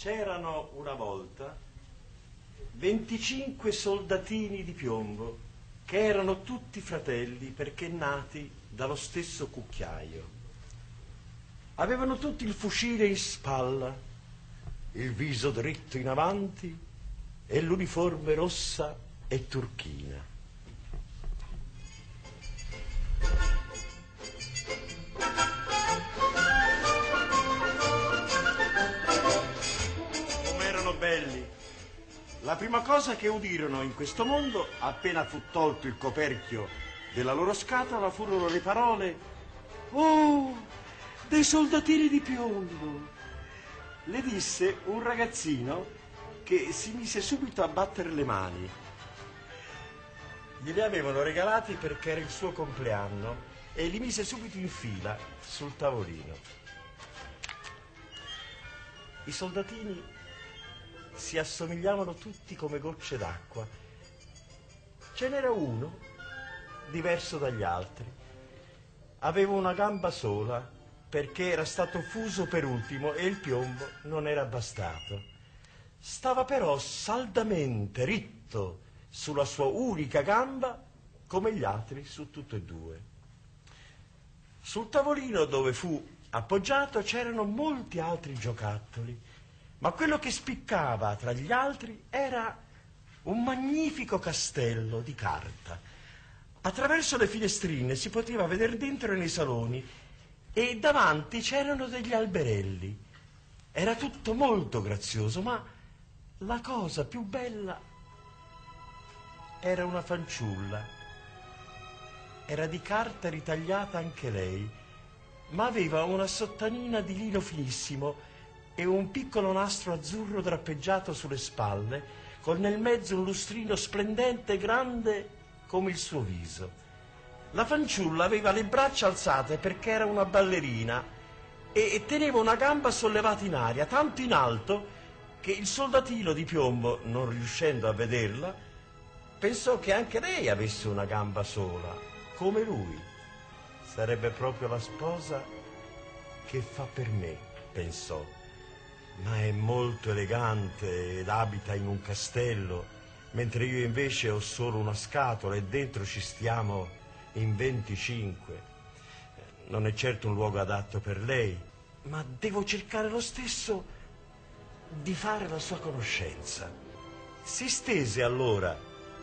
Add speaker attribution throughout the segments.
Speaker 1: C'erano una volta 25 soldatini di piombo che erano tutti fratelli perché nati dallo stesso cucchiaio. Avevano tutti il fucile in spalla, il viso dritto in avanti e l'uniforme rossa e turchina. Belli. La prima cosa che udirono in questo mondo, appena fu tolto il coperchio della loro scatola, furono le parole: "Oh, dei soldatini di piombo!" Le disse un ragazzino che si mise subito a battere le mani. Glieli avevano regalati perché era il suo compleanno e li mise subito in fila sul tavolino. I soldatini si assomigliavano tutti come gocce d'acqua. Ce n'era uno diverso dagli altri. Aveva una gamba sola perché era stato fuso per ultimo e il piombo non era bastato. Stava però saldamente ritto sulla sua unica gamba come gli altri su tutte e due. Sul tavolino dove fu appoggiato c'erano molti altri giocattoli, ma quello che spiccava tra gli altri era un magnifico castello di carta. Attraverso le finestrine si poteva vedere dentro nei saloni e davanti c'erano degli alberelli. Era tutto molto grazioso, ma la cosa più bella era una fanciulla. Era di carta ritagliata anche lei, ma aveva una sottanina di lino finissimo e un piccolo nastro azzurro drappeggiato sulle spalle, con nel mezzo un lustrino splendente grande come il suo viso. La fanciulla aveva le braccia alzate perché era una ballerina e teneva una gamba sollevata in aria, tanto in alto che il soldatino di piombo, non riuscendo a vederla, pensò che anche lei avesse una gamba sola, come lui. Sarebbe proprio la sposa che fa per me, pensò. Ma è molto elegante ed abita in un castello, mentre io invece ho solo una scatola e dentro ci stiamo in 25. Non è certo un luogo adatto per lei, ma devo cercare lo stesso di fare la sua conoscenza. Si stese allora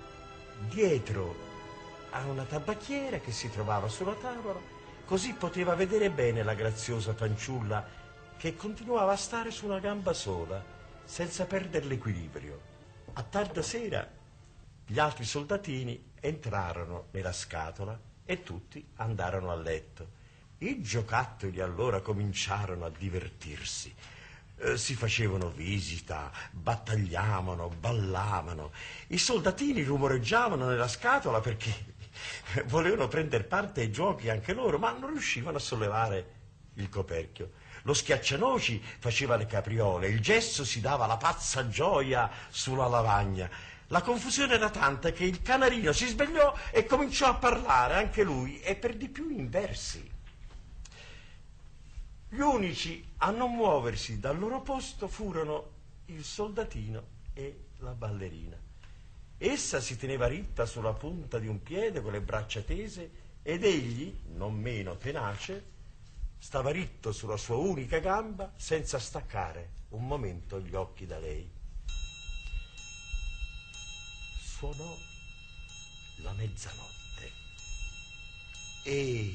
Speaker 1: dietro a una tabacchiera che si trovava sulla tavola, così poteva vedere bene la graziosa fanciulla che continuava a stare su una gamba sola, senza perdere l'equilibrio. A tarda sera gli altri soldatini entrarono nella scatola e tutti andarono a letto. I giocattoli allora cominciarono a divertirsi. Si facevano visita, battagliavano, ballavano. I soldatini rumoreggiavano nella scatola perché volevano prendere parte ai giochi anche loro, ma non riuscivano a sollevare il coperchio. Lo schiaccianoci faceva le capriole, il gesso si dava la pazza gioia sulla lavagna. La confusione era tanta che il canarino si svegliò e cominciò a parlare anche lui, e per di più in versi. Gli unici a non muoversi dal loro posto furono il soldatino e la ballerina. Essa si teneva ritta sulla punta di un piede con le braccia tese ed egli, non meno tenace, stava ritto sulla sua unica gamba senza staccare un momento gli occhi da lei. Suonò la mezzanotte e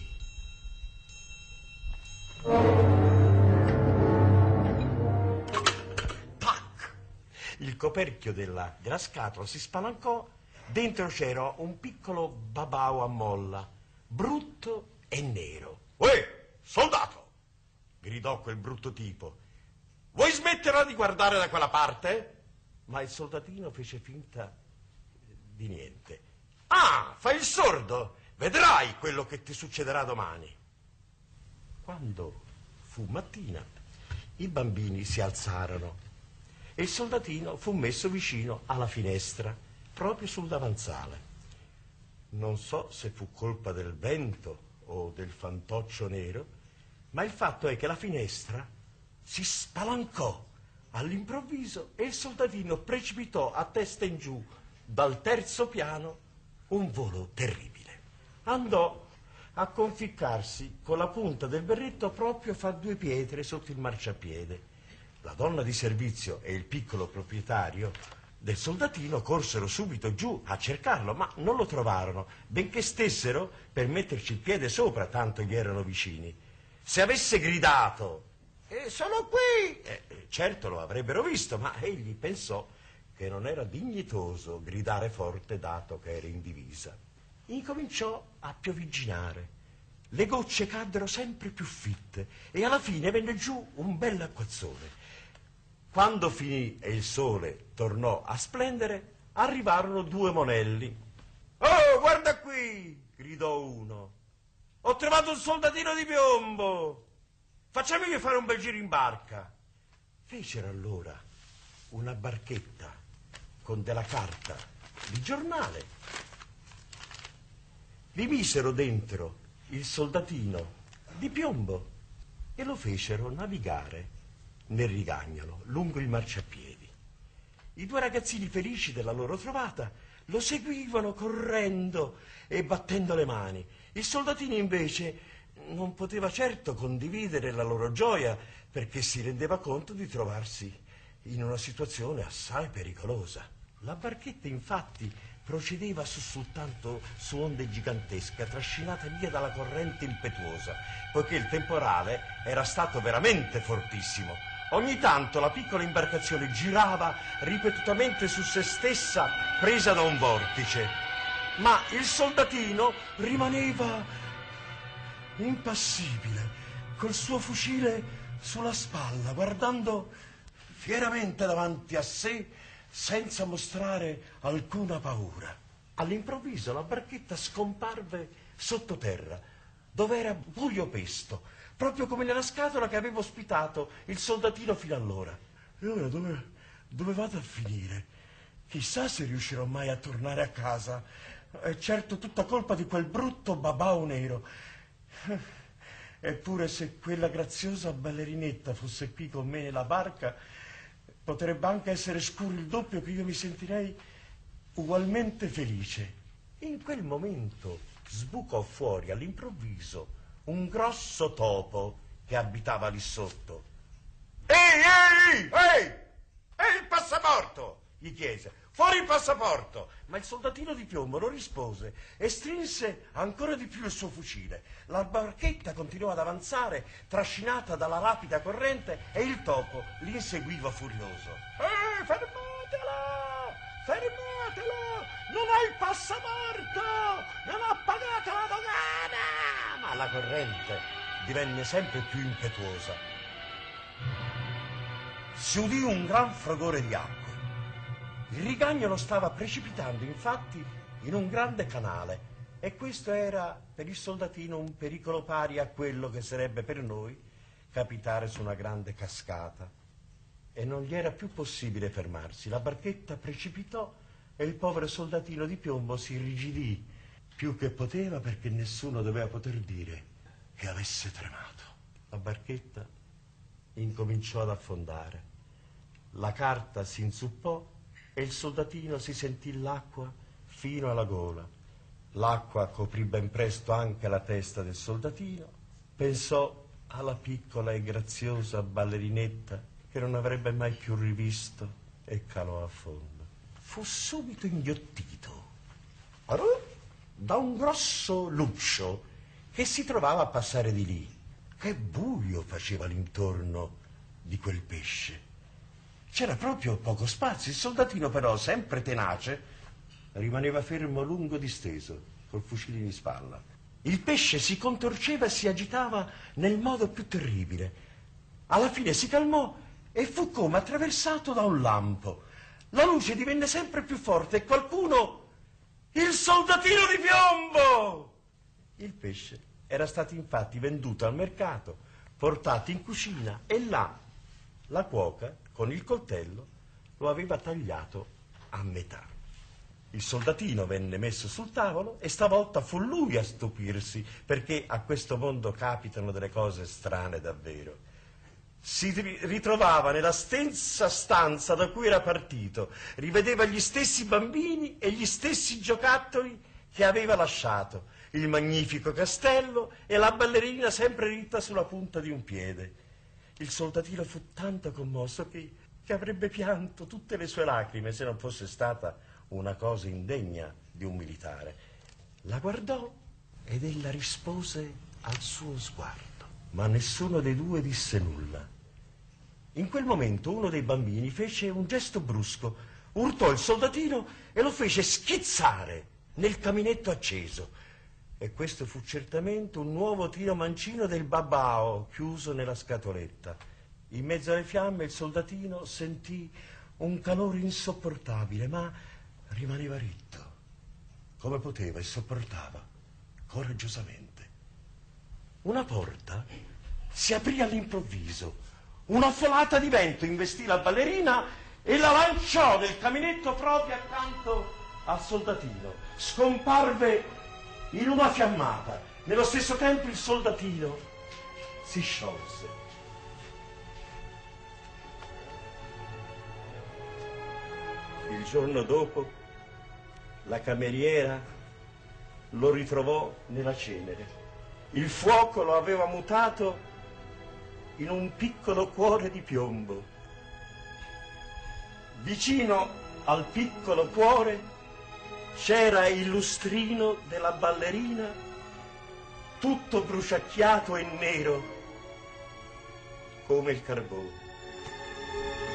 Speaker 1: tac! Il coperchio della scatola si spalancò, dentro c'era un piccolo babao a molla, brutto e nero. Uè! Soldato! Gridò quel brutto tipo. Vuoi smetterla di guardare da quella parte? Ma il soldatino fece finta di niente. Ah, fai il sordo? Vedrai quello che ti succederà domani. Quando fu mattina, i bambini si alzarono e il soldatino fu messo vicino alla finestra, proprio sul davanzale. Non so se fu colpa del vento o del fantoccio nero, ma il fatto è che la finestra si spalancò All'improvviso il soldatino precipitò a testa in giù dal terzo piano, un volo terribile. Andò a conficcarsi con la punta del berretto proprio fra due pietre sotto il marciapiede. La donna di servizio e il piccolo proprietario del soldatino corsero subito giù a cercarlo, ma non lo trovarono, benché stessero per metterci il piede sopra, tanto gli erano vicini. Se avesse gridato sono qui, certo lo avrebbero visto, ma egli pensò che non era dignitoso gridare forte dato che era in divisa. Incominciò a piovigginare. Le gocce caddero sempre più fitte e alla fine venne giù un bell'acquazzone. Quando finì e il sole tornò a splendere, arrivarono due monelli. «Oh, guarda qui!» gridò uno. «Ho trovato un soldatino di piombo! Facciamogli fare un bel giro in barca!» Fecero allora una barchetta con della carta di giornale. Vi misero dentro il soldatino di piombo e lo fecero navigare nel rigagnolo lungo il marciapiedi. I due ragazzini felici della loro trovata lo seguivano correndo e battendo le mani. Il soldatino invece non poteva certo condividere la loro gioia perché si rendeva conto di trovarsi in una situazione assai pericolosa. La barchetta infatti procedeva sussultando su onde gigantesche, trascinata via dalla corrente impetuosa, poiché il temporale era stato veramente fortissimo. Ogni tanto la piccola imbarcazione girava ripetutamente su se stessa, presa da un vortice, ma il soldatino rimaneva impassibile, col suo fucile sulla spalla, guardando fieramente davanti a sé, senza mostrare alcuna paura. All'improvviso la barchetta scomparve sottoterra, dove era buio pesto, proprio come nella scatola che aveva ospitato il soldatino fino allora. E ora dove vado a finire? Chissà se riuscirò mai a tornare a casa. È certo tutta colpa di quel brutto babau nero. Eppure se quella graziosa ballerinetta fosse qui con me nella barca, potrebbe anche essere scuro il doppio che io mi sentirei ugualmente felice. In quel momento sbucò fuori all'improvviso un grosso topo che abitava lì sotto. Ehi, il passaporto! Gli chiese. Fuori il passaporto! Ma il soldatino di piombo non rispose e strinse ancora di più il suo fucile. La barchetta continuò ad avanzare, trascinata dalla rapida corrente, e il topo li inseguiva furioso. Fermatelo! Fermatelo! Non ha il passaporto! Non ha pagato la dogana! Ma la corrente divenne sempre più impetuosa. Si udì un gran fragore di acqua. Il rigagnolo stava precipitando, infatti, in un grande canale, e questo era per il soldatino un pericolo pari a quello che sarebbe per noi capitare su una grande cascata. E non gli era più possibile fermarsi. La barchetta precipitò e il povero soldatino di piombo si irrigidì più che poteva, perché nessuno doveva poter dire che avesse tremato. La barchetta incominciò ad affondare. La carta si inzuppò e il soldatino si sentì l'acqua fino alla gola. L'acqua coprì ben presto anche la testa del soldatino. Pensò alla piccola e graziosa ballerinetta che non avrebbe mai più rivisto e calò a fondo. Fu subito inghiottito da un grosso luccio che si trovava a passare di lì. Che buio faceva l'intorno di quel pesce. C'era proprio poco spazio. Il soldatino però, sempre tenace, rimaneva fermo lungo disteso, col fucile in spalla. Il pesce si contorceva e si agitava nel modo più terribile. Alla fine si calmò e fu come attraversato da un lampo. La luce divenne sempre più forte e qualcuno... Il soldatino di piombo! Il pesce era stato infatti venduto al mercato, portato in cucina e là la cuoca, con il coltello, lo aveva tagliato a metà. Il soldatino venne messo sul tavolo e stavolta fu lui a stupirsi, perché a questo mondo capitano delle cose strane davvero. ritrovava nella stessa stanza da cui era partito, rivedeva gli stessi bambini e gli stessi giocattoli che aveva lasciato, il magnifico castello e la ballerina sempre ritta sulla punta di un piede. Il soldatino fu tanto commosso che avrebbe pianto tutte le sue lacrime se non fosse stata una cosa indegna di un militare. La guardò ed ella rispose al suo sguardo, ma nessuno dei due disse nulla. In quel momento uno dei bambini fece un gesto brusco, urtò il soldatino e lo fece schizzare nel caminetto acceso. E questo fu certamente un nuovo tiro mancino del babao chiuso nella scatoletta. In mezzo alle fiamme il soldatino sentì un calore insopportabile, ma rimaneva ritto. Come poteva e sopportava, coraggiosamente. Una porta si aprì all'improvviso. Una folata di vento investì la ballerina e la lanciò nel caminetto proprio accanto al soldatino. Scomparve in una fiammata. Nello stesso tempo il soldatino si sciolse. Il giorno dopo la cameriera lo ritrovò nella cenere. Il fuoco lo aveva mutato in un piccolo cuore di piombo. Vicino al piccolo cuore c'era il lustrino della ballerina, tutto bruciacchiato e nero come il carbone.